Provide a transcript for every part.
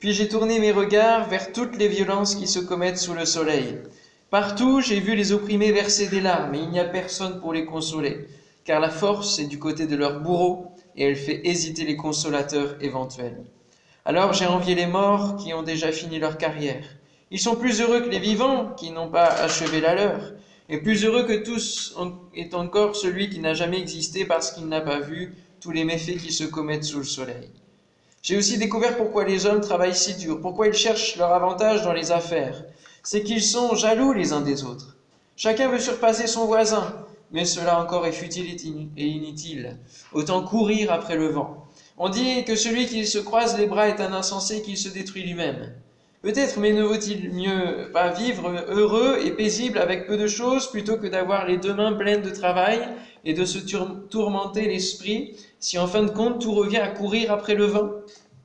Puis j'ai tourné mes regards vers toutes les violences qui se commettent sous le soleil. Partout, j'ai vu les opprimés verser des larmes, et il n'y a personne pour les consoler, car la force est du côté de leur bourreau, et elle fait hésiter les consolateurs éventuels. Alors j'ai envié les morts qui ont déjà fini leur carrière. Ils sont plus heureux que les vivants qui n'ont pas achevé la leur, et plus heureux que tous est encore celui qui n'a jamais existé parce qu'il n'a pas vu tous les méfaits qui se commettent sous le soleil. J'ai aussi découvert pourquoi les hommes travaillent si dur, pourquoi ils cherchent leur avantage dans les affaires. C'est qu'ils sont jaloux les uns des autres. Chacun veut surpasser son voisin, mais cela encore est futile et inutile. Autant courir après le vent. On dit que celui qui se croise les bras est un insensé qui se détruit lui-même. Peut-être, mais ne vaut-il mieux pas vivre heureux et paisible avec peu de choses plutôt que d'avoir les deux mains pleines de travail et de se tourmenter l'esprit si en fin de compte tout revient à courir après le vent?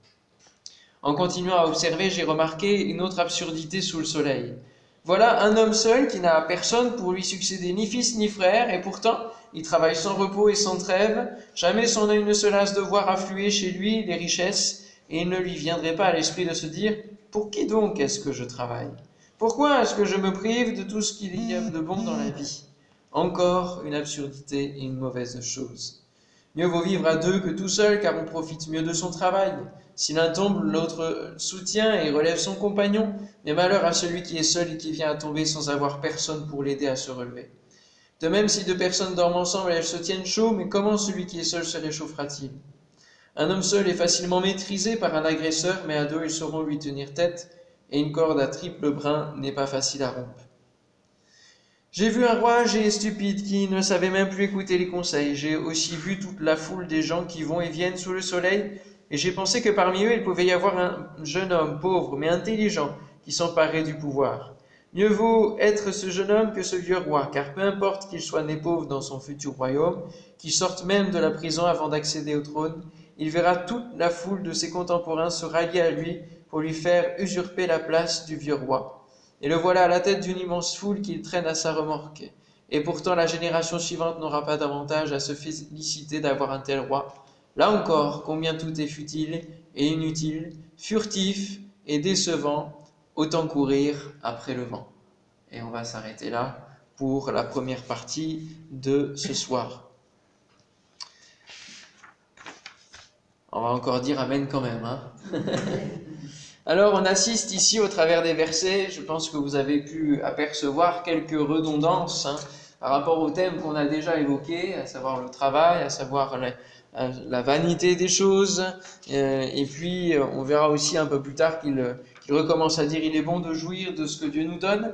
En continuant à observer, j'ai remarqué une autre absurdité sous le soleil. Voilà un homme seul qui n'a personne pour lui succéder, ni fils ni frère, et pourtant il travaille sans repos et sans trêve. Jamais son œil ne se lasse de voir affluer chez lui les richesses, et il ne lui viendrait pas à l'esprit de se dire « Pour qui donc est-ce que je travaille? Pourquoi est-ce que je me prive de tout ce qu'il y a de bon dans la vie ?» Encore une absurdité et une mauvaise chose. Mieux vaut vivre à deux que tout seul, car on profite mieux de son travail. Si l'un tombe, l'autre soutient et relève son compagnon, mais malheur à celui qui est seul et qui vient à tomber sans avoir personne pour l'aider à se relever. De même, si deux personnes dorment ensemble, elles se tiennent chaud, mais comment celui qui est seul se réchauffera-t-il? Un homme seul est facilement maîtrisé par un agresseur, mais à deux, ils sauront lui tenir tête, et une corde à triple brin n'est pas facile à rompre. J'ai vu un roi âgé et stupide qui ne savait même plus écouter les conseils. J'ai aussi vu toute la foule des gens qui vont et viennent sous le soleil, et j'ai pensé que parmi eux, il pouvait y avoir un jeune homme pauvre mais intelligent qui s'emparait du pouvoir. Mieux vaut être ce jeune homme que ce vieux roi, car peu importe qu'il soit né pauvre dans son futur royaume, qu'il sorte même de la prison avant d'accéder au trône, il verra toute la foule de ses contemporains se rallier à lui pour lui faire usurper la place du vieux roi. Et le voilà à la tête d'une immense foule qu'il traîne à sa remorque. Et pourtant la génération suivante n'aura pas davantage à se féliciter d'avoir un tel roi. Là encore, combien tout est futile et inutile, furtif et décevant, autant courir après le vent. Et on va s'arrêter là pour la première partie de ce soir. On va encore dire amen quand même, hein. Alors on assiste ici au travers des versets, je pense que vous avez pu apercevoir quelques redondances par rapport au thème qu'on a déjà évoqué, à savoir le travail, à savoir la vanité des choses, et puis on verra aussi un peu plus tard qu'il recommence à dire il est bon de jouir de ce que Dieu nous donne.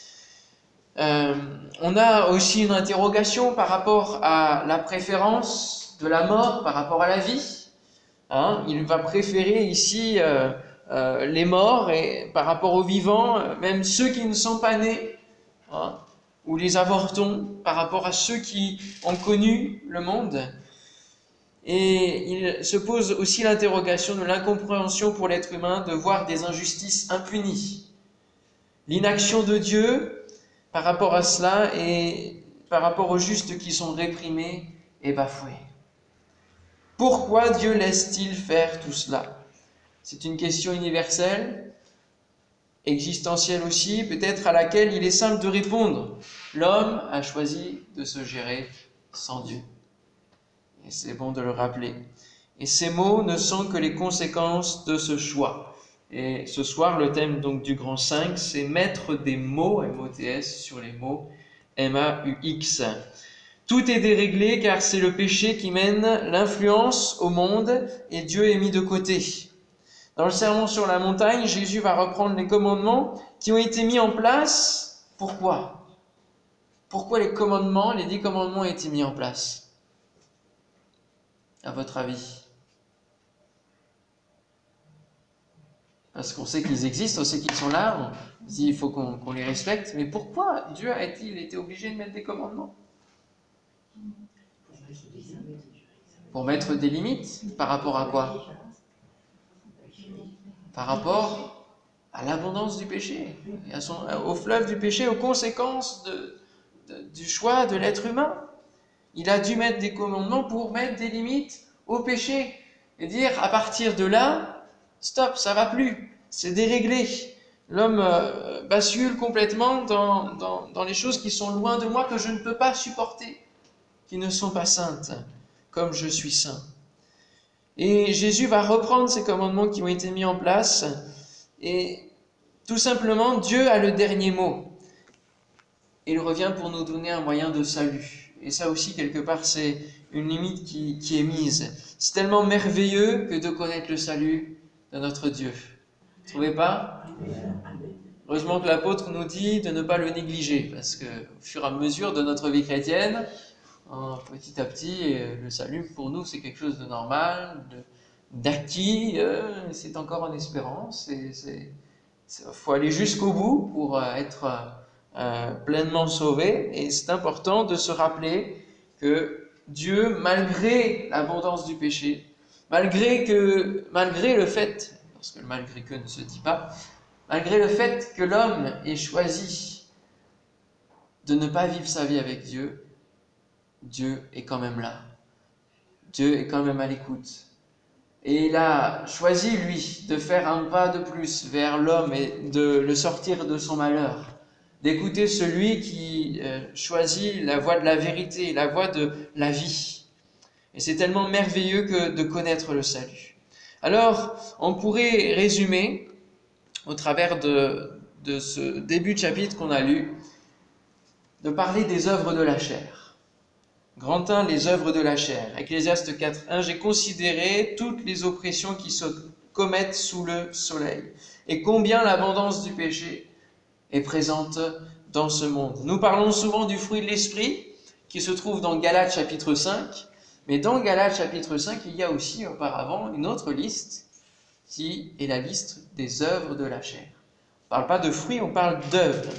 On a aussi une interrogation par rapport à la préférence de la mort par rapport à la vie. Il va préférer ici les morts et par rapport aux vivants, même ceux qui ne sont pas nés, ou les avortons par rapport à ceux qui ont connu le monde. Et il se pose aussi l'interrogation de l'incompréhension pour l'être humain de voir des injustices impunies. L'inaction de Dieu par rapport à cela et par rapport aux justes qui sont réprimés et bafoués. Pourquoi Dieu laisse-t-il faire tout cela? C'est une question universelle, existentielle aussi, peut-être à laquelle il est simple de répondre. L'homme a choisi de se gérer sans Dieu. Et c'est bon de le rappeler. Et ces mots ne sont que les conséquences de ce choix. Et ce soir, le thème donc du grand 5, c'est mettre des mots, M-O-T-S, sur les mots M-A-U-X. Tout est déréglé car c'est le péché qui mène l'influence au monde et Dieu est mis de côté. Dans le sermon sur la montagne, Jésus va reprendre les commandements qui ont été mis en place. Pourquoi? Pourquoi les commandements, les 10 commandements ont été mis en place? À votre avis? Parce qu'on sait qu'ils existent, on sait qu'ils sont là, on dit il faut qu'on les respecte, mais pourquoi Dieu a-t-il été obligé de mettre des commandements? Pour mettre des limites? Par rapport à quoi? Par rapport à l'abondance du péché, au fleuve du péché, aux conséquences du choix de l'être humain. Il a dû mettre des commandements pour mettre des limites au péché. Et dire, à partir de là, Stop, ça va plus, c'est déréglé. L'homme bascule complètement dans les choses qui sont loin de moi, que je ne peux pas supporter, qui ne sont pas saintes, comme je suis saint. Et Jésus va reprendre ces commandements qui ont été mis en place, et tout simplement, Dieu a le dernier mot. Il revient pour nous donner un moyen de salut. Et ça aussi, quelque part, c'est une limite qui est mise. C'est tellement merveilleux que de connaître le salut de notre Dieu. Vous trouvez pas? Heureusement que l'apôtre nous dit de ne pas le négliger, parce que au fur et à mesure de notre vie chrétienne, petit à petit, le salut pour nous c'est quelque chose de normal, d'acquis, c'est encore en espérance. Il faut aller jusqu'au bout pour être pleinement sauvé, et c'est important de se rappeler que Dieu, malgré l'abondance du péché, malgré le fait, parce que le malgré que ne se dit pas, malgré le fait que l'homme ait choisi de ne pas vivre sa vie avec Dieu, Dieu est quand même là. Dieu est quand même à l'écoute. Et il a choisi, lui, de faire un pas de plus vers l'homme et de le sortir de son malheur. D'écouter celui qui choisit la voie de la vérité, la voie de la vie. Et c'est tellement merveilleux que de connaître le salut. Alors, on pourrait résumer, au travers de ce début de chapitre qu'on a lu, de parler des œuvres de la chair. Grand 1, les œuvres de la chair. Ecclésiaste 4.1, j'ai considéré toutes les oppressions qui se commettent sous le soleil, et combien l'abondance du péché est présente dans ce monde. Nous parlons souvent du fruit de l'esprit, qui se trouve dans Galates chapitre 5, mais dans Galates chapitre 5, il y a aussi auparavant une autre liste, qui est la liste des œuvres de la chair. On ne parle pas de fruits, on parle d'œuvres.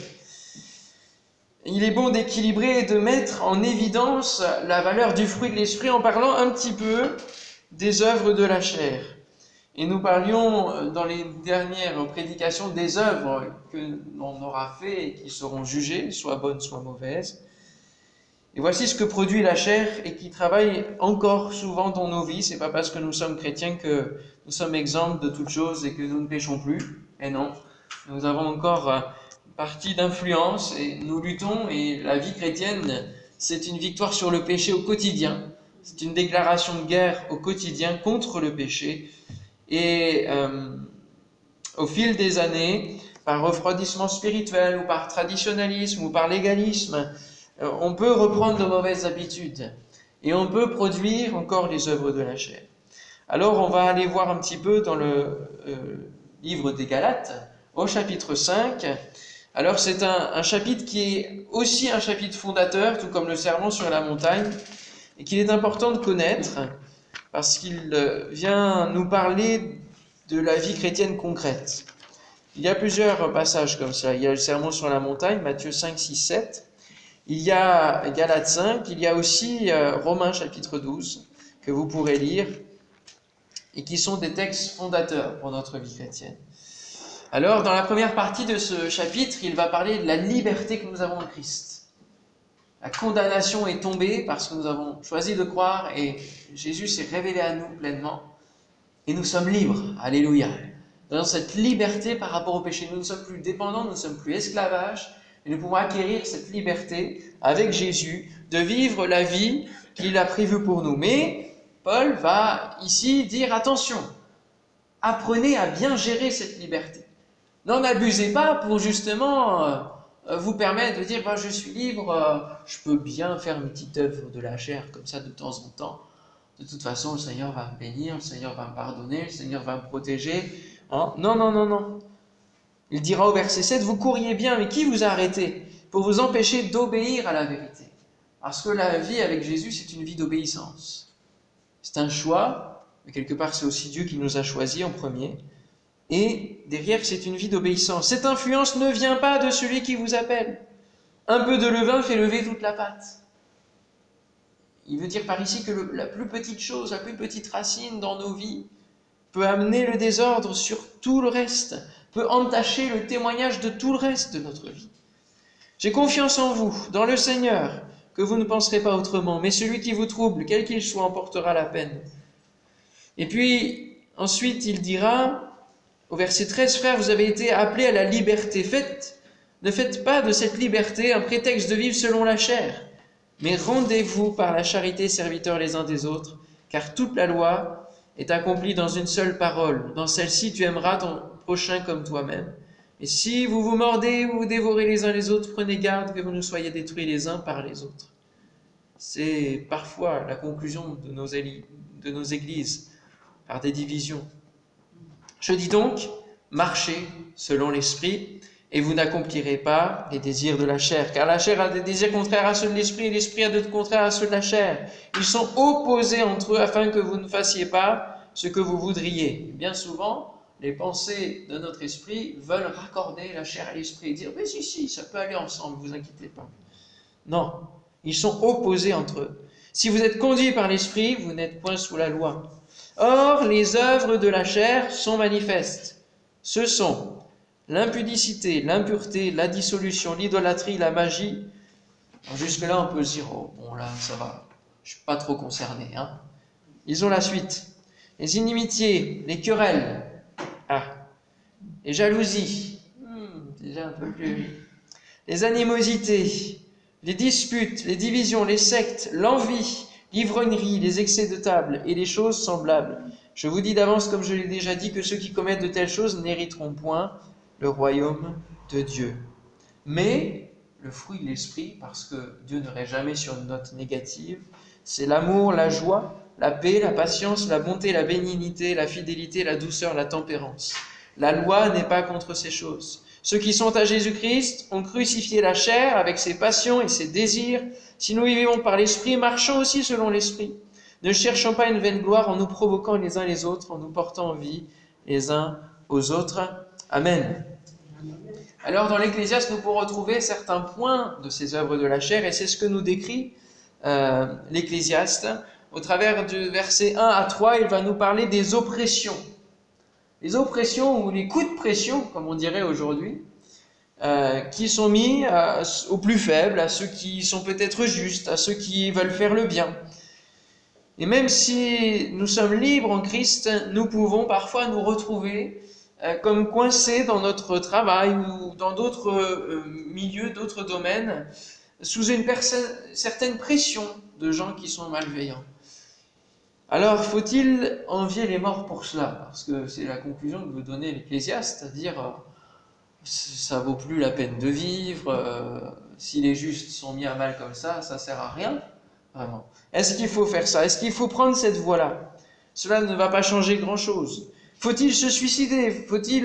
Il est bon d'équilibrer et de mettre en évidence la valeur du fruit de l'esprit en parlant un petit peu des œuvres de la chair. Et nous parlions dans les dernières prédications des œuvres que l'on aura fait et qui seront jugées, soit bonnes, soit mauvaises. Et voici ce que produit la chair et qui travaille encore souvent dans nos vies. C'est pas parce que nous sommes chrétiens que nous sommes exempts de toutes choses et que nous ne péchons plus. Et non, nous avons encore partie d'influence et nous luttons, et la vie chrétienne, c'est une victoire sur le péché au quotidien. C'est une déclaration de guerre au quotidien contre le péché. Et au fil des années, par refroidissement spirituel ou par traditionnalisme ou par légalisme, on peut reprendre de mauvaises habitudes et on peut produire encore les œuvres de la chair. Alors on va aller voir un petit peu dans le livre des Galates, au chapitre 5. Alors c'est un chapitre qui est aussi un chapitre fondateur, tout comme le Sermon sur la montagne, et qu'il est important de connaître, parce qu'il vient nous parler de la vie chrétienne concrète. Il y a plusieurs passages comme ça. Il y a le Sermon sur la montagne, Matthieu 5, 6, 7. Il y a Galates 5, il y a aussi Romains chapitre 12, que vous pourrez lire, et qui sont des textes fondateurs pour notre vie chrétienne. Alors, dans la première partie de ce chapitre, il va parler de la liberté que nous avons en Christ. La condamnation est tombée parce que nous avons choisi de croire et Jésus s'est révélé à nous pleinement. Et nous sommes libres, alléluia. Dans cette liberté par rapport au péché, nous ne sommes plus dépendants, nous ne sommes plus esclavages, et nous pouvons acquérir cette liberté avec Jésus, de vivre la vie qu'il a prévue pour nous. Mais Paul va ici dire attention, apprenez à bien gérer cette liberté. N'en abusez pas pour justement vous permettre de dire je suis libre, je peux bien faire une petite œuvre de la chair comme ça de temps en temps. De toute façon, le Seigneur va me bénir, le Seigneur va me pardonner, le Seigneur va me protéger. Hein? Non, non, non, non. Il dira au verset 7, vous couriez bien, mais qui vous a arrêté pour vous empêcher d'obéir à la vérité? Parce que la vie avec Jésus, c'est une vie d'obéissance. C'est un choix, mais quelque part, c'est aussi Dieu qui nous a choisis en premier. Et derrière, c'est une vie d'obéissance. Cette influence ne vient pas de celui qui vous appelle. Un peu de levain fait lever toute la pâte. Il veut dire par ici que la plus petite chose, la plus petite racine dans nos vies peut amener le désordre sur tout le reste, peut entacher le témoignage de tout le reste de notre vie. J'ai confiance en vous, dans le Seigneur, que vous ne penserez pas autrement, mais celui qui vous trouble, quel qu'il soit, en portera la peine. Et puis, ensuite, il dira, Au verset 13, frères, vous avez été appelés à la liberté. Ne faites pas de cette liberté un prétexte de vivre selon la chair, mais rendez-vous par la charité serviteurs les uns des autres, car toute la loi est accomplie dans une seule parole. Dans celle-ci, tu aimeras ton prochain comme toi-même. Et si vous vous mordez ou vous dévorez les uns les autres, prenez garde que vous ne soyez détruits les uns par les autres. C'est parfois la conclusion de nos églises, par des divisions. Je dis donc, marchez selon l'esprit, et vous n'accomplirez pas les désirs de la chair, car la chair a des désirs contraires à ceux de l'esprit, et l'esprit a d'autres contraires à ceux de la chair. Ils sont opposés entre eux afin que vous ne fassiez pas ce que vous voudriez. Et bien souvent, les pensées de notre esprit veulent raccorder la chair à l'esprit et dire « Mais si, ça peut aller ensemble, ne vous inquiétez pas. » Non, ils sont opposés entre eux. Si vous êtes conduits par l'esprit, vous n'êtes point sous la loi. Or, les œuvres de la chair sont manifestes. Ce sont l'impudicité, l'impureté, la dissolution, l'idolâtrie, la magie. Alors jusque-là, on peut se dire, oh, bon là, ça va, je ne suis pas trop concerné. Ils ont la suite. Les inimitiés, les querelles, les jalousies, déjà un peu plus. Les animosités, les disputes, les divisions, les sectes, l'envie, l'ivrognerie, les excès de table et les choses semblables. Je vous dis d'avance, comme je l'ai déjà dit, que ceux qui commettent de telles choses n'hériteront point le royaume de Dieu. Mais le fruit de l'esprit, parce que Dieu ne reste jamais sur une note négative, c'est l'amour, la joie, la paix, la patience, la bonté, la bénignité, la fidélité, la douceur, la tempérance. La loi n'est pas contre ces choses. Ceux qui sont à Jésus-Christ ont crucifié la chair avec ses passions et ses désirs. Si nous vivons par l'Esprit, marchons aussi selon l'Esprit. Ne cherchons pas une vaine gloire en nous provoquant les uns les autres, en nous portant en vie les uns aux autres. Amen. Alors dans l'Ecclésiaste, nous pourrons retrouver certains points de ces œuvres de la chair, et c'est ce que nous décrit l'Ecclésiaste. Au travers du verset 1 à 3, il va nous parler des oppressions. Les oppressions ou les coups de pression, comme on dirait aujourd'hui, qui sont mis aux plus faibles, à ceux qui sont peut-être justes, à ceux qui veulent faire le bien. Et même si nous sommes libres en Christ, nous pouvons parfois nous retrouver comme coincés dans notre travail ou dans d'autres milieux, d'autres domaines, sous une certaine pression de gens qui sont malveillants. Alors, faut-il envier les morts pour cela? Parce que c'est la conclusion que veut donner l'Ecclésiaste, c'est-à-dire ça vaut plus la peine de vivre, si les justes sont mis à mal comme ça sert à rien, vraiment. Est-ce qu'il faut faire ça? Est-ce qu'il faut prendre cette voie-là? Cela ne va pas changer grand-chose. Faut-il se suicider? Faut-il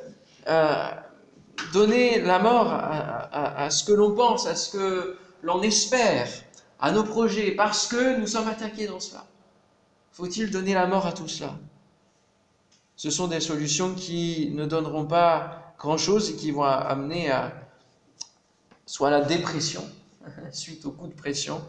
donner la mort à ce que l'on pense, à ce que l'on espère, à nos projets, parce que nous sommes attaqués dans cela? Faut-il donner la mort à tout cela? Ce sont des solutions qui ne donneront pas grand-chose et qui vont amener à soit la dépression, suite au coup de pression.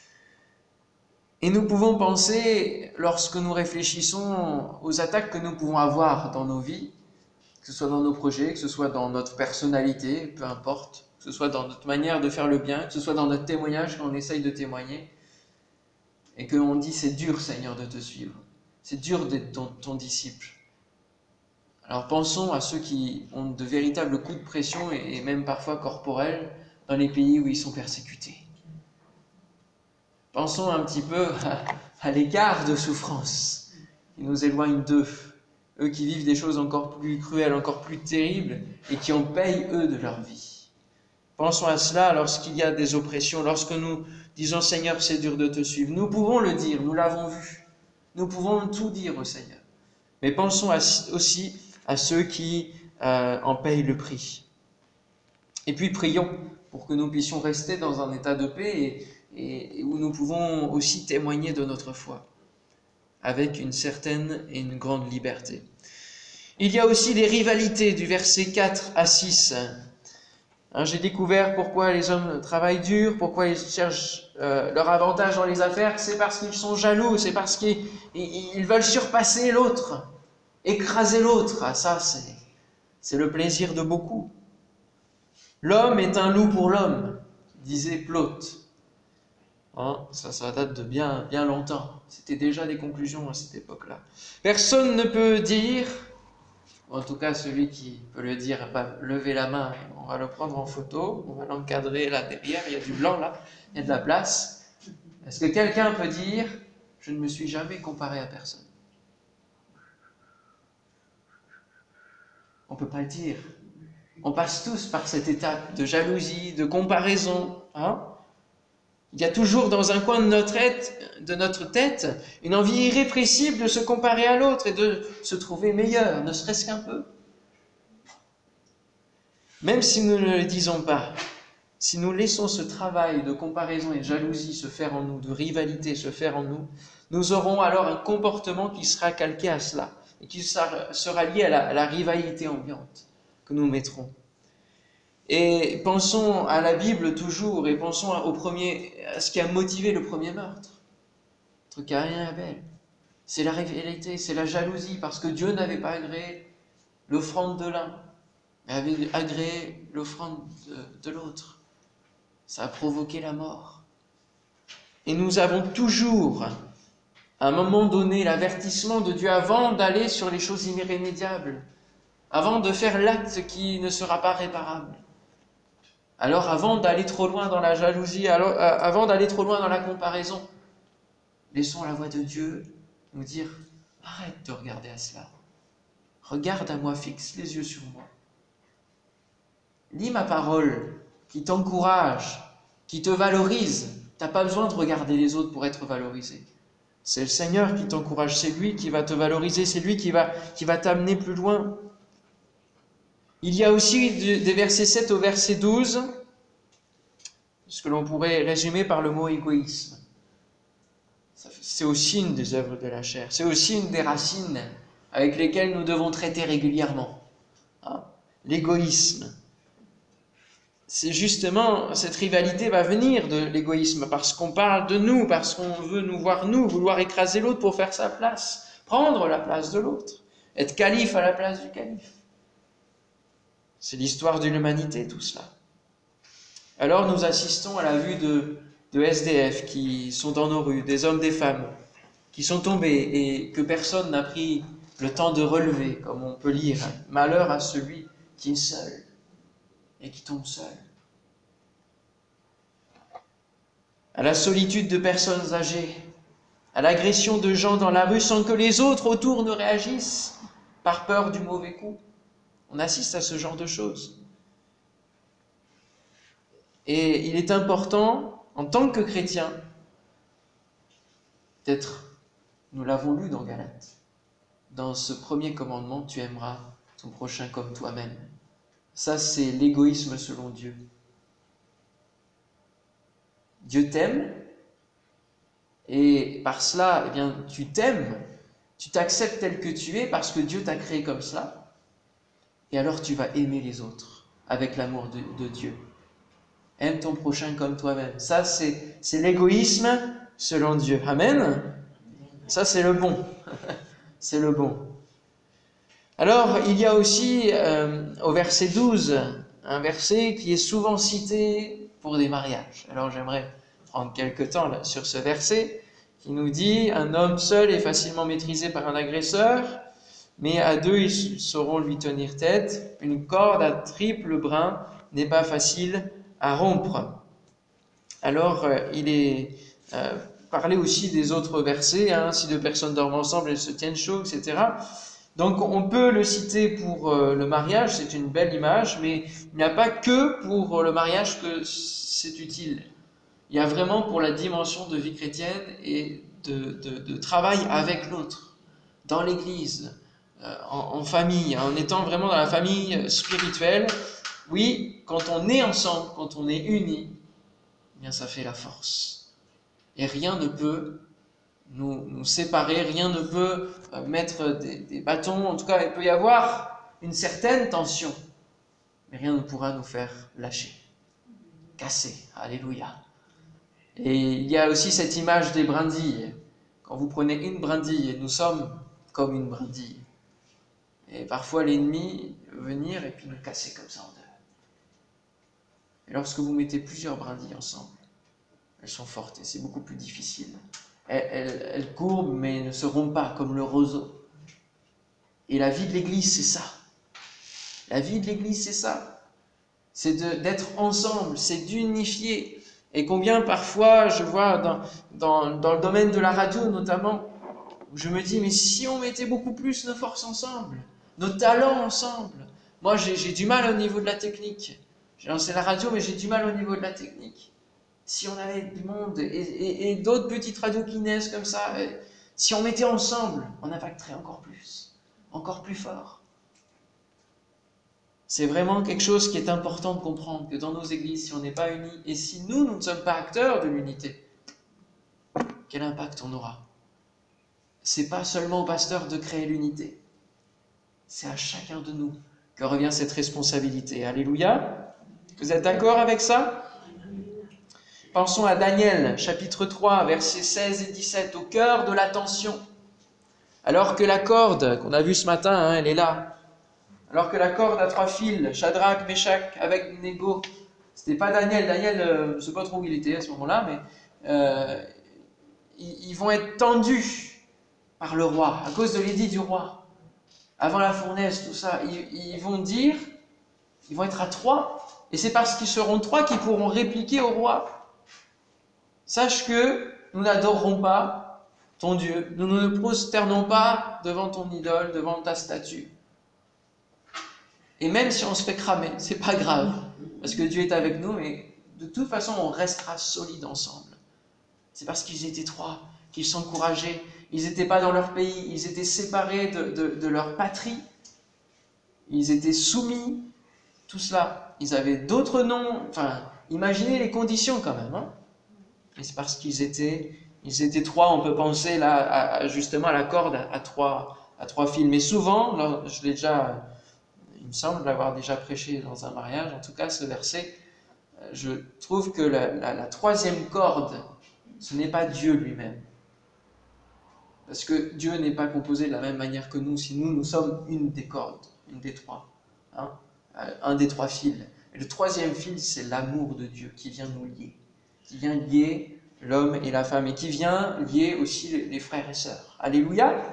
Et nous pouvons penser, lorsque nous réfléchissons aux attaques que nous pouvons avoir dans nos vies, que ce soit dans nos projets, que ce soit dans notre personnalité, peu importe, que ce soit dans notre manière de faire le bien, que ce soit dans notre témoignage quand on essaye de témoigner, et que l'on dit « c'est dur Seigneur de te suivre, c'est dur d'être ton disciple ». Alors pensons à ceux qui ont de véritables coups de pression et même parfois corporels dans les pays où ils sont persécutés. Pensons un petit peu à l'écart de souffrance qui nous éloigne d'eux, eux qui vivent des choses encore plus cruelles, encore plus terribles et qui en payent eux de leur vie. Pensons à cela lorsqu'il y a des oppressions, lorsque nous disons « Seigneur, c'est dur de te suivre ». Nous pouvons le dire, nous l'avons vu, nous pouvons tout dire au Seigneur. Mais pensons aussi à ceux qui en payent le prix. Et puis prions pour que nous puissions rester dans un état de paix et où nous pouvons aussi témoigner de notre foi avec une certaine et une grande liberté. Il y a aussi les rivalités du verset 4 à 6. J'ai découvert pourquoi les hommes travaillent dur, pourquoi ils cherchent leur avantage dans les affaires, c'est parce qu'ils sont jaloux, c'est parce qu'ils veulent surpasser l'autre, écraser l'autre. Ça, c'est le plaisir de beaucoup. L'homme est un loup pour l'homme, disait Plaute. Ça date de bien longtemps. C'était déjà des conclusions à cette époque-là. Personne ne peut dire ou en tout cas celui qui peut le dire, va lever la main, on va le prendre en photo, on va l'encadrer là derrière, il y a du blanc là, il y a de la place. Est-ce que quelqu'un peut dire, je ne me suis jamais comparé à personne? On ne peut pas le dire. On passe tous par cette étape de jalousie, de comparaison. Hein? Il y a toujours dans un coin de notre tête une envie irrépressible de se comparer à l'autre et de se trouver meilleur, ne serait-ce qu'un peu. Même si nous ne le disons pas, si nous laissons ce travail de comparaison et de jalousie se faire en nous, de rivalité se faire en nous, nous aurons alors un comportement qui sera calqué à cela et qui sera lié à la rivalité ambiante que nous mettrons. Et pensons à la Bible toujours, et pensons à ce qui a motivé le premier meurtre entre Caïn et Abel. C'est la rivalité, c'est la jalousie, parce que Dieu n'avait pas agréé l'offrande de l'un, mais avait agréé l'offrande de l'autre. Ça a provoqué la mort. Et nous avons toujours, à un moment donné, l'avertissement de Dieu avant d'aller sur les choses irrémédiables, avant de faire l'acte qui ne sera pas réparable. Alors avant d'aller trop loin dans la jalousie, avant d'aller trop loin dans la comparaison, laissons la voix de Dieu nous dire, arrête de regarder à cela. Regarde à moi, fixe les yeux sur moi. Lis ma parole qui t'encourage, qui te valorise. Tu n'as pas besoin de regarder les autres pour être valorisé. C'est le Seigneur qui t'encourage, c'est lui qui va te valoriser, c'est lui qui va t'amener plus loin. Il y a aussi des versets 7 au verset 12, ce que l'on pourrait résumer par le mot égoïsme. C'est aussi une des œuvres de la chair, c'est aussi une des racines avec lesquelles nous devons traiter régulièrement. Hein? L'égoïsme. C'est justement, cette rivalité va venir de l'égoïsme, parce qu'on parle de nous, parce qu'on veut nous voir nous, vouloir écraser l'autre pour faire sa place, prendre la place de l'autre, être calife à la place du calife. C'est l'histoire de l'humanité, tout cela. Alors nous assistons à la vue de SDF qui sont dans nos rues, des hommes, des femmes, qui sont tombés et que personne n'a pris le temps de relever, comme on peut lire. Malheur à celui qui est seul et qui tombe seul. À la solitude de personnes âgées, à l'agression de gens dans la rue sans que les autres autour ne réagissent par peur du mauvais coup. On assiste à ce genre de choses. Et il est important, en tant que chrétien, nous l'avons lu dans Galates, dans ce premier commandement, tu aimeras ton prochain comme toi-même. Ça, c'est l'égoïsme selon Dieu. Dieu t'aime, et par cela, eh bien, tu t'aimes, tu t'acceptes tel que tu es parce que Dieu t'a créé comme cela, et alors tu vas aimer les autres avec l'amour de Dieu. Aime ton prochain comme toi-même. Ça, c'est l'égoïsme selon Dieu. Amen. Ça, c'est le bon. C'est le bon. Alors, il y a aussi au verset 12, un verset qui est souvent cité pour des mariages. Alors, j'aimerais prendre quelques temps là, sur ce verset qui nous dit « Un homme seul est facilement maîtrisé par un agresseur, mais à deux, ils sauront lui tenir tête. Une corde à triple brin n'est pas facile à rompre. » Alors, il est parlé aussi des autres versets, hein, si deux personnes dorment ensemble, elles se tiennent chaud, etc. Donc, on peut le citer pour le mariage, c'est une belle image, mais il n'y a pas que pour le mariage que c'est utile. Il y a vraiment pour la dimension de vie chrétienne et de travail avec l'autre, dans l'église, en famille, en étant vraiment dans la famille spirituelle. Oui, quand on est ensemble, quand on est unis, eh bien ça fait la force. Et rien ne peut nous séparer, rien ne peut mettre des bâtons. En tout cas, il peut y avoir une certaine tension, mais rien ne pourra nous faire lâcher, casser. Alléluia. Et il y a aussi cette image des brindilles. Quand vous prenez une brindille, nous sommes comme une brindille. Et parfois l'ennemi veut venir et puis nous casser comme ça en deux. Et lorsque vous mettez plusieurs brindilles ensemble, elles sont fortes et c'est beaucoup plus difficile. Elles courbent mais ne se rompent pas comme le roseau. Et la vie de l'Église, c'est ça. La vie de l'Église, c'est ça. C'est d'être ensemble, c'est d'unifier. Et combien parfois, je vois dans le domaine de la radio notamment, où je me dis, mais si on mettait beaucoup plus nos forces ensemble, nos talents ensemble. Moi, j'ai du mal au niveau de la technique. J'ai lancé la radio, mais j'ai du mal au niveau de la technique. Si on avait du monde et d'autres petites radios qui naissent comme ça, si on mettait ensemble, on impacterait encore plus fort. C'est vraiment quelque chose qui est important de comprendre, que dans nos églises, si on n'est pas unis, et si nous ne sommes pas acteurs de l'unité, quel impact on aura? C'est pas seulement au pasteur de créer l'unité, c'est à chacun de nous que revient cette responsabilité. Alléluia. Vous êtes d'accord avec ça? Pensons à Daniel, chapitre 3, versets 16 et 17, au cœur de la tension. Alors que la corde, qu'on a vue ce matin, elle est là. Alors que la corde a 3 fils, Shadrach, Meshach, Abednego, c'était pas Daniel. Daniel, je ne sais pas trop où il était à ce moment-là, mais ils vont être tendus par le roi, à cause de l'édit du roi. Avant la fournaise, tout ça, ils vont dire, ils vont être à 3, et c'est parce qu'ils seront 3 qu'ils pourront répliquer au roi. Sache que nous n'adorerons pas ton Dieu, nous ne nous prosternons pas devant ton idole, devant ta statue. Et même si on se fait cramer, c'est pas grave, parce que Dieu est avec nous, mais de toute façon, on restera solides ensemble. C'est parce qu'ils étaient 3 qu'ils s'encourageaient. Ils n'étaient pas dans leur pays, ils étaient séparés de leur patrie, ils étaient soumis, tout cela. Ils avaient d'autres noms, enfin, imaginez les conditions quand même. Et c'est parce qu'ils étaient 3, on peut penser là, justement à la corde à 3 fils. Mais souvent, je l'ai déjà, il me semble l'avoir déjà prêché dans un mariage, en tout cas ce verset, je trouve que la 3e corde, ce n'est pas Dieu lui-même. Parce que Dieu n'est pas composé de la même manière que nous. Si nous sommes une des cordes, une des 3, un des 3 fils. Et le 3e fil, c'est l'amour de Dieu qui vient nous lier, qui vient lier l'homme et la femme, et qui vient lier aussi les frères et sœurs. Alléluia.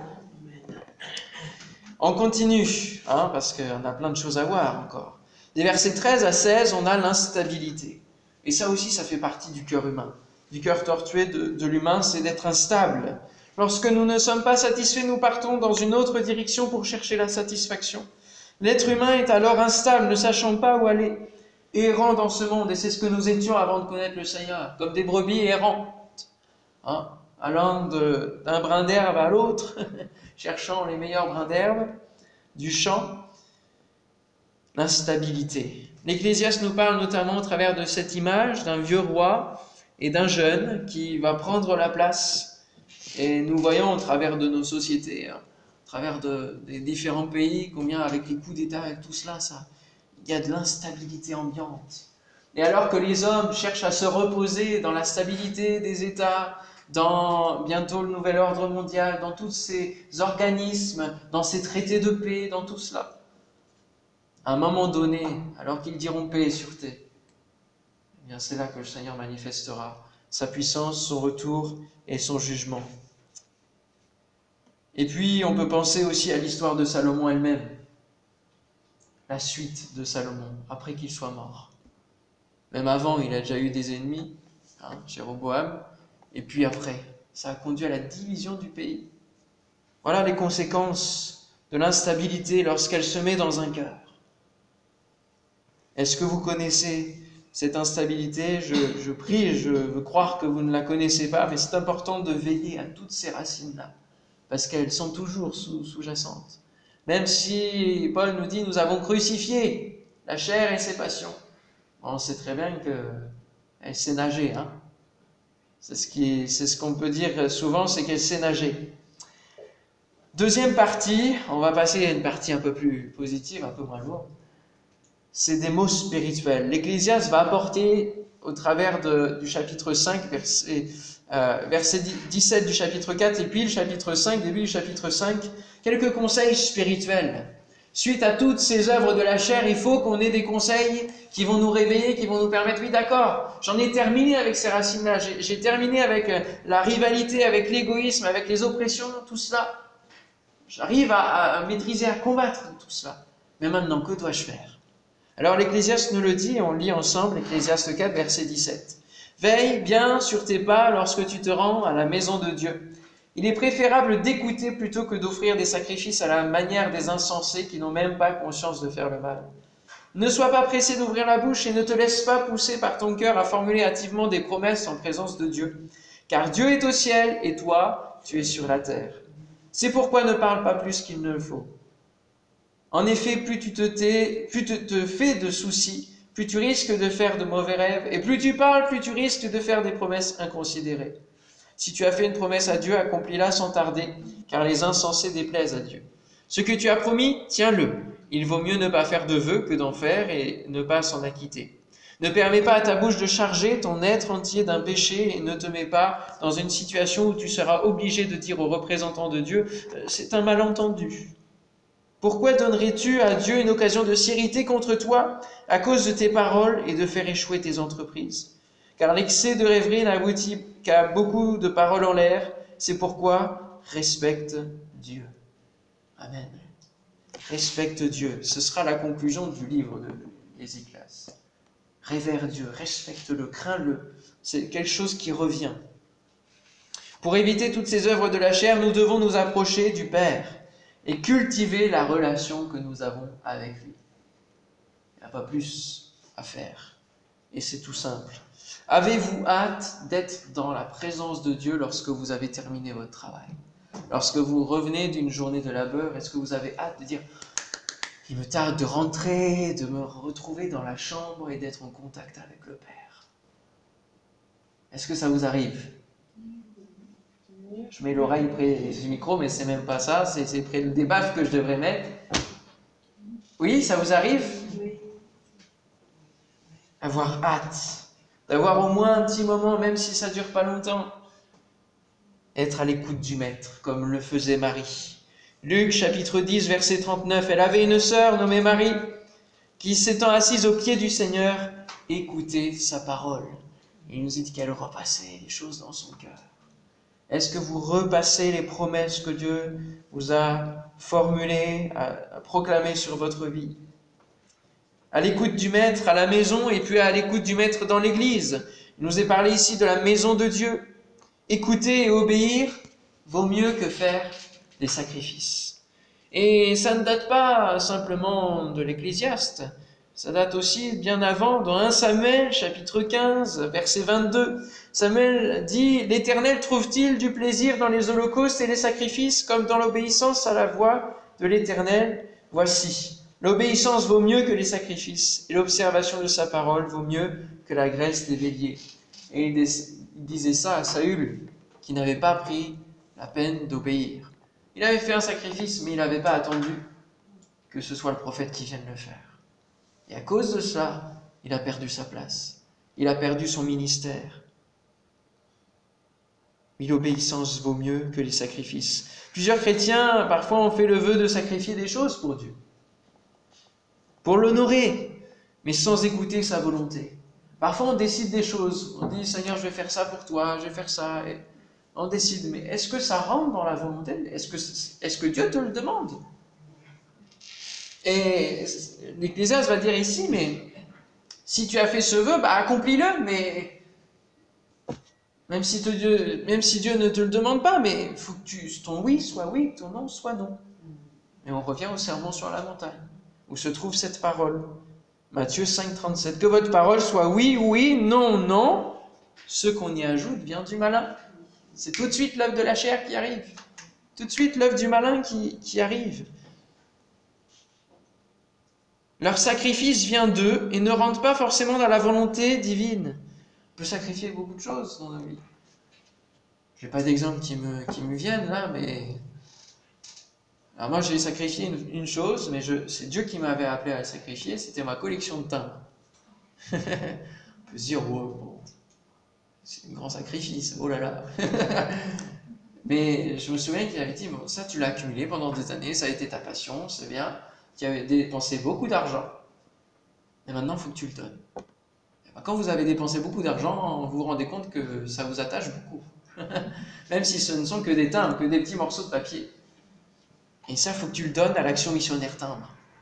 On continue, parce qu'on a plein de choses à voir encore. Des versets 13 à 16, on a l'instabilité. Et ça aussi, ça fait partie du cœur humain. Du cœur tortué de l'humain, c'est d'être instable. Lorsque nous ne sommes pas satisfaits, nous partons dans une autre direction pour chercher la satisfaction. L'être humain est alors instable, ne sachant pas où aller, errant dans ce monde. Et c'est ce que nous étions avant de connaître le Seigneur, comme des brebis errantes, allant d'un brin d'herbe à l'autre, cherchant les meilleurs brins d'herbe du champ. L'instabilité. L'Ecclésiaste nous parle notamment au travers de cette image d'un vieux roi et d'un jeune qui va prendre la place. Et nous voyons au travers de nos sociétés, au travers des différents pays, combien avec les coups d'État et tout cela, il y a de l'instabilité ambiante. Et alors que les hommes cherchent à se reposer dans la stabilité des États, dans bientôt le nouvel ordre mondial, dans tous ces organismes, dans ces traités de paix, dans tout cela, à un moment donné, alors qu'ils diront paix et sûreté, eh bien c'est là que le Seigneur manifestera sa puissance, son retour et son jugement. Et puis, on peut penser aussi à l'histoire de Salomon elle-même, la suite de Salomon, après qu'il soit mort. Même avant, il a déjà eu des ennemis, Jéroboam, et puis après, ça a conduit à la division du pays. Voilà les conséquences de l'instabilité lorsqu'elle se met dans un cœur. Est-ce que vous connaissez cette instabilité? Je prie, je veux croire que vous ne la connaissez pas, mais c'est important de veiller à toutes ces racines-là, parce qu'elles sont toujours sous-jacentes. Même si Paul nous dit « nous avons crucifié la chair et ses passions », on sait très bien qu'elle sait nager. C'est ce qu'on peut dire souvent, c'est qu'elle sait nager. Deuxième partie, on va passer à une partie un peu plus positive, un peu moins lourde. C'est des mots spirituels. L'Ecclésiaste va apporter, au travers du chapitre 5, verset 17 du chapitre 4, et puis le chapitre 5, début du chapitre 5, quelques conseils spirituels. Suite à toutes ces œuvres de la chair, il faut qu'on ait des conseils qui vont nous réveiller, qui vont nous permettre, oui d'accord, j'en ai terminé avec ces racines-là, j'ai terminé avec la rivalité, avec l'égoïsme, avec les oppressions, tout cela. J'arrive à maîtriser, à combattre tout cela. Mais maintenant, que dois-je faire? Alors l'Ecclésiaste nous le dit, et on lit ensemble, Ecclésiaste 4, verset 17. Veille bien sur tes pas lorsque tu te rends à la maison de Dieu. Il est préférable d'écouter plutôt que d'offrir des sacrifices à la manière des insensés qui n'ont même pas conscience de faire le mal. Ne sois pas pressé d'ouvrir la bouche et ne te laisse pas pousser par ton cœur à formuler hâtivement des promesses en présence de Dieu. Car Dieu est au ciel et toi, tu es sur la terre. C'est pourquoi ne parle pas plus qu'il ne le faut. En effet, plus tu te fais de soucis, plus tu risques de faire de mauvais rêves, et plus tu parles, plus tu risques de faire des promesses inconsidérées. Si tu as fait une promesse à Dieu, accomplis-la sans tarder, car les insensés déplaisent à Dieu. Ce que tu as promis, tiens-le. Il vaut mieux ne pas faire de vœux que d'en faire et ne pas s'en acquitter. Ne permets pas à ta bouche de charger ton être entier d'un péché et ne te mets pas dans une situation où tu seras obligé de dire aux représentants de Dieu « c'est un malentendu ». Pourquoi donnerais-tu à Dieu une occasion de s'irriter contre toi à cause de tes paroles et de faire échouer tes entreprises? Car l'excès de rêverie n'aboutit qu'à beaucoup de paroles en l'air. C'est pourquoi respecte Dieu. Amen. Respecte Dieu. Ce sera la conclusion du livre de l'Ézéchias. Révère Dieu, respecte-le, crains-le. C'est quelque chose qui revient. Pour éviter toutes ces œuvres de la chair, nous devons nous approcher du Père et cultiver la relation que nous avons avec lui. Il n'y a pas plus à faire. Et c'est tout simple. Avez-vous hâte d'être dans la présence de Dieu lorsque vous avez terminé votre travail? Lorsque vous revenez d'une journée de labeur, est-ce que vous avez hâte de dire « Il me tarde de rentrer, de me retrouver dans la chambre et d'être en contact avec le Père ». Est-ce que ça vous arrive? Je mets l'oreille près du micro, mais c'est même pas ça, c'est près des baffes que je devrais mettre. Oui, ça vous arrive? Avoir hâte, d'avoir au moins un petit moment, même si ça dure pas longtemps. Être à l'écoute du Maître, comme le faisait Marie. Luc chapitre 10, verset 39, elle avait une sœur nommée Marie, qui s'étant assise aux pieds du Seigneur, écoutait sa parole. Il nous dit qu'elle repassait les choses dans son cœur. Est-ce que vous repassez les promesses que Dieu vous a formulées, a proclamées sur votre vie? À l'écoute du Maître à la maison et puis à l'écoute du Maître dans l'Église. Il nous est parlé ici de la maison de Dieu. Écouter et obéir vaut mieux que faire des sacrifices. Et ça ne date pas simplement de l'Ecclésiaste. Ça date aussi bien avant, dans 1 Samuel, chapitre 15, verset 22. Samuel dit « L'Éternel trouve-t-il du plaisir dans les holocaustes et les sacrifices, comme dans l'obéissance à la voix de l'Éternel? Voici, l'obéissance vaut mieux que les sacrifices, et l'observation de sa parole vaut mieux que la graisse des béliers. » Et il disait ça à Saül, qui n'avait pas pris la peine d'obéir. Il avait fait un sacrifice, mais il n'avait pas attendu que ce soit le prophète qui vienne le faire. Et à cause de ça, il a perdu sa place. Il a perdu son ministère. Mais l'obéissance vaut mieux que les sacrifices. Plusieurs chrétiens, parfois, ont fait le vœu de sacrifier des choses pour Dieu, pour l'honorer, mais sans écouter sa volonté. Parfois, on décide des choses. On dit, Seigneur, je vais faire ça pour toi, je vais faire ça. Et on décide, mais est-ce que ça rentre dans la volonté? Est-ce que Dieu te le demande? Et l'Ecclésiaste va dire ici, mais si tu as fait ce vœu, accomplis-le, mais même si Dieu ne te le demande pas, mais il faut que ton oui soit oui, ton non soit non. Et on revient au sermon sur la montagne, où se trouve cette parole. Matthieu 5, 37. Que votre parole soit oui, oui, non, non. Ce qu'on y ajoute vient du malin. C'est tout de suite l'œuvre de la chair qui arrive. Tout de suite l'œuvre du malin qui arrive. Leur sacrifice vient d'eux et ne rentre pas forcément dans la volonté divine. On peut sacrifier beaucoup de choses dans nos vies. Je n'ai pas d'exemple qui me viennent là, mais... Alors moi j'ai sacrifié une chose, mais c'est Dieu qui m'avait appelé à la sacrifier, c'était ma collection de timbres. On peut se dire, oh, bon, c'est un grand sacrifice, oh là là. Mais je me souviens qu'il avait dit, bon, ça tu l'as accumulé pendant des années, ça a été ta passion, c'est bien. Tu avais dépensé beaucoup d'argent, et maintenant il faut que tu le donnes. Quand vous avez dépensé beaucoup d'argent, vous vous rendez compte que ça vous attache beaucoup. Même si ce ne sont que des timbres, que des petits morceaux de papier. Et ça, il faut que tu le donnes à l'action missionnaire timbre.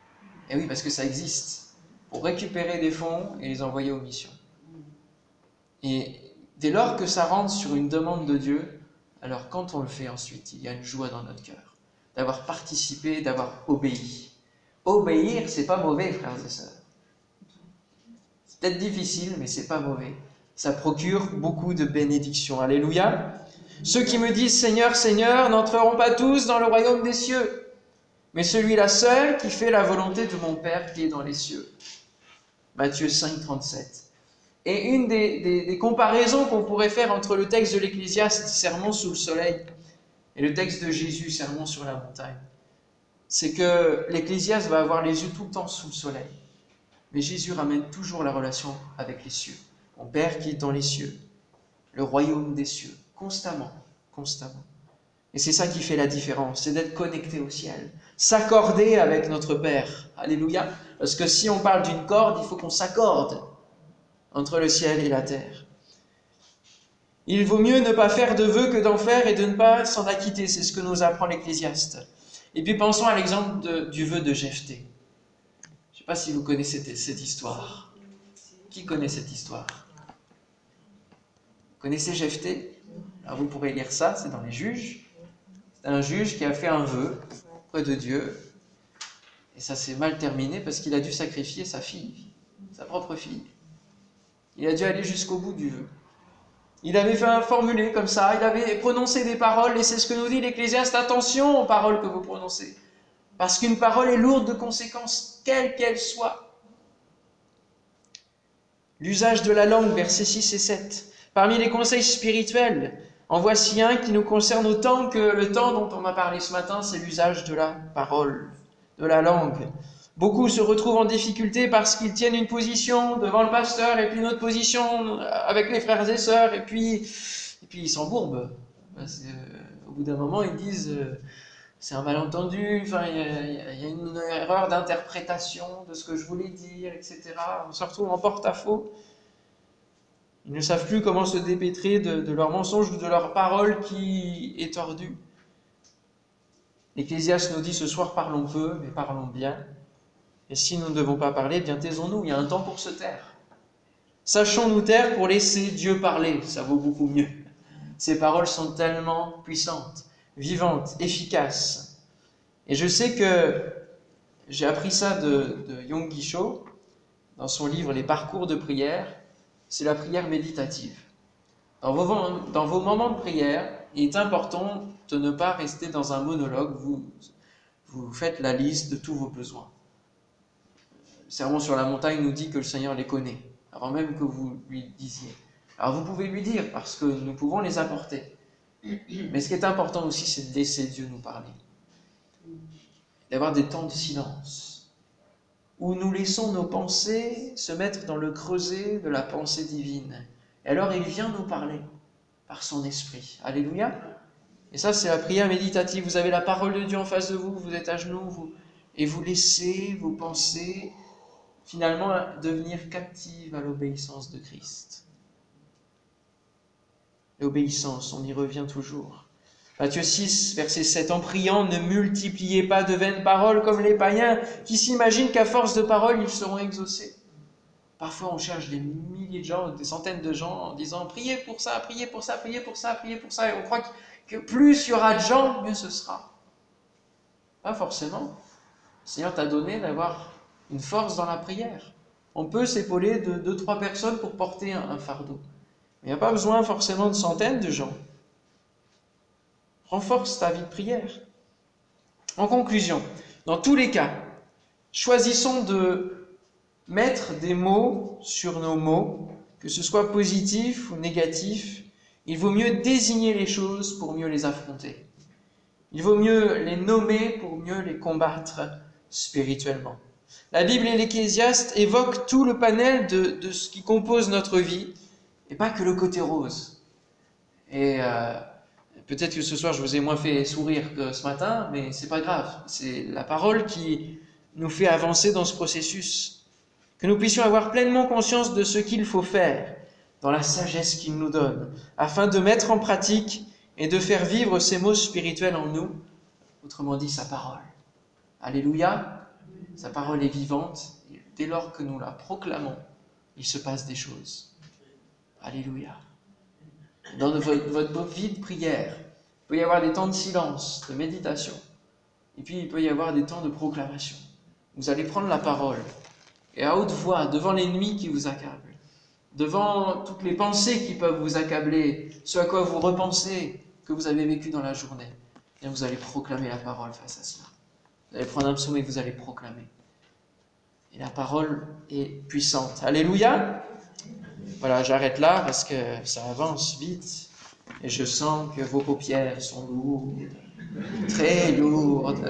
Et oui, parce que ça existe. Pour récupérer des fonds et les envoyer aux missions. Et dès lors que ça rentre sur une demande de Dieu, alors quand on le fait ensuite, il y a une joie dans notre cœur. D'avoir participé, d'avoir obéi. Obéir, c'est pas mauvais, frères et sœurs. C'est peut-être difficile, mais c'est pas mauvais. Ça procure beaucoup de bénédictions. Alléluia. Ceux qui me disent Seigneur, Seigneur, n'entreront pas tous dans le royaume des cieux, mais celui-là seul qui fait la volonté de mon Père qui est dans les cieux. Matthieu 5, 37. Et une des comparaisons qu'on pourrait faire entre le texte de l'Ecclésiaste, Sermon sous le soleil, et le texte de Jésus, Sermon sur la montagne, c'est que l'Ecclésiaste va avoir les yeux tout le temps sous le soleil. Mais Jésus ramène toujours la relation avec les cieux. Mon Père qui est dans les cieux, le royaume des cieux, constamment, constamment. Et c'est ça qui fait la différence, c'est d'être connecté au ciel, s'accorder avec notre Père. Alléluia. Parce que si on parle d'une corde, il faut qu'on s'accorde entre le ciel et la terre. Il vaut mieux ne pas faire de vœux que d'en faire et de ne pas s'en acquitter, c'est ce que nous apprend l'Ecclésiaste. Et puis pensons à l'exemple du vœu de Jephthé. Je ne sais pas si vous connaissez cette histoire. Qui connaît cette histoire? Vous connaissez Jephthé? Alors vous pourrez lire ça, c'est dans les Juges. C'est un juge qui a fait un vœu auprès de Dieu. Et ça s'est mal terminé parce qu'il a dû sacrifier sa fille, sa propre fille. Il a dû aller jusqu'au bout du vœu. Il avait fait un formulé comme ça, il avait prononcé des paroles, et c'est ce que nous dit l'Ecclésiaste, attention aux paroles que vous prononcez. Parce qu'une parole est lourde de conséquences, quelles qu'elles soient. L'usage de la langue, versets 6 et 7. Parmi les conseils spirituels, en voici un qui nous concerne autant que le temps dont on a parlé ce matin, c'est l'usage de la parole, de la langue. Beaucoup se retrouvent en difficulté parce qu'ils tiennent une position devant le pasteur et puis une autre position avec les frères et sœurs et puis ils s'embourbent. Au bout d'un moment, ils disent c'est un malentendu, enfin, il y a une erreur d'interprétation de ce que je voulais dire, etc. On se retrouve en porte-à-faux. Ils ne savent plus comment se dépêtrer de leur mensonge ou de leur parole qui est tordue. L'Ecclésiaste nous dit ce soir parlons peu, mais parlons bien. Et si nous ne devons pas parler, bien taisons-nous, il y a un temps pour se taire. Sachons nous taire pour laisser Dieu parler, ça vaut beaucoup mieux. Ces paroles sont tellement puissantes, vivantes, efficaces. Et je sais que j'ai appris ça de Yonggi Cho, dans son livre Les parcours de prière, c'est la prière méditative. Dans vos moments de prière, il est important de ne pas rester dans un monologue, vous faites la liste de tous vos besoins. Le Sermon sur la montagne nous dit que le Seigneur les connaît, avant même que vous lui disiez. Alors vous pouvez lui dire, parce que nous pouvons les apporter. Mais ce qui est important aussi, c'est de laisser Dieu nous parler. D'avoir des temps de silence, où nous laissons nos pensées se mettre dans le creuset de la pensée divine. Et alors il vient nous parler par son esprit. Alléluia. Et ça, c'est la prière méditative. Vous avez la parole de Dieu en face de vous, vous êtes à genoux, et vous laissez vos pensées finalement devenir captive à l'obéissance de Christ. L'obéissance, on y revient toujours. Matthieu 6, verset 7, en priant, ne multipliez pas de vaines paroles comme les païens qui s'imaginent qu'à force de paroles, ils seront exaucés. Parfois, on cherche des milliers de gens, des centaines de gens en disant priez pour ça, priez pour ça, priez pour ça, priez pour ça. Et on croit que plus il y aura de gens, mieux ce sera. Pas forcément. Le Seigneur t'a donné d'avoir une force dans la prière. On peut s'épauler de 2-3 personnes pour porter un fardeau. Il n'y a pas besoin forcément de centaines de gens. Renforce ta vie de prière. En conclusion, dans tous les cas, choisissons de mettre des mots sur nos mots, que ce soit positif ou négatif. Il vaut mieux désigner les choses pour mieux les affronter. Il vaut mieux les nommer pour mieux les combattre spirituellement. La Bible et l'Ecclésiaste évoquent tout le panel de ce qui compose notre vie, et pas que le côté rose. Et peut-être que ce soir je vous ai moins fait sourire que ce matin, mais c'est pas grave. C'est la parole qui nous fait avancer dans ce processus. Que nous puissions avoir pleinement conscience de ce qu'il faut faire, dans la sagesse qu'il nous donne, afin de mettre en pratique et de faire vivre ces mots spirituels en nous, autrement dit sa parole. Alléluia. Sa parole est vivante, et dès lors que nous la proclamons, il se passe des choses. Alléluia. Dans votre vie de prière, il peut y avoir des temps de silence, de méditation, et puis il peut y avoir des temps de proclamation. Vous allez prendre la parole, et à haute voix, devant l'ennemi qui vous accable, devant toutes les pensées qui peuvent vous accabler, ce à quoi vous repensez que vous avez vécu dans la journée, et vous allez proclamer la parole face à cela. Vous allez prendre un psaume et vous allez proclamer. Et la parole est puissante. Alléluia! Voilà, j'arrête là parce que ça avance vite. Et je sens que vos paupières sont lourdes, très lourdes.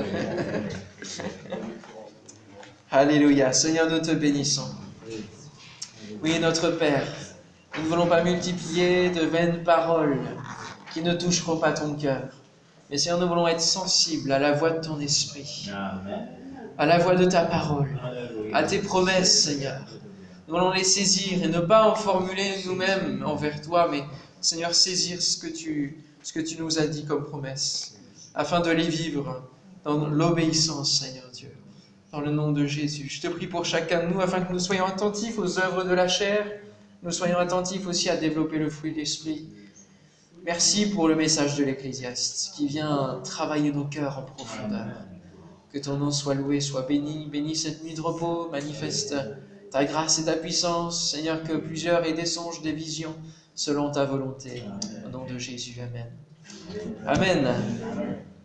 Alléluia. Seigneur, nous te bénissons. Oui, notre Père, nous ne voulons pas multiplier de vaines paroles qui ne toucheront pas ton cœur. Mais Seigneur, nous voulons être sensibles à la voix de ton esprit, à la voix de ta parole, à tes promesses, Seigneur. Nous voulons les saisir et ne pas en formuler nous-mêmes envers toi, mais Seigneur, saisir ce que tu nous as dit comme promesse, afin de les vivre dans l'obéissance, Seigneur Dieu. Dans le nom de Jésus, je te prie pour chacun de nous, afin que nous soyons attentifs aux œuvres de la chair, nous soyons attentifs aussi à développer le fruit de l'Esprit. Merci pour le message de l'Ecclésiaste, qui vient travailler nos cœurs en profondeur. Que ton nom soit loué, soit béni. Bénis cette nuit de repos, manifeste ta grâce et ta puissance. Seigneur, que plusieurs aient des songes, des visions, selon ta volonté. Au nom de Jésus, Amen. Amen.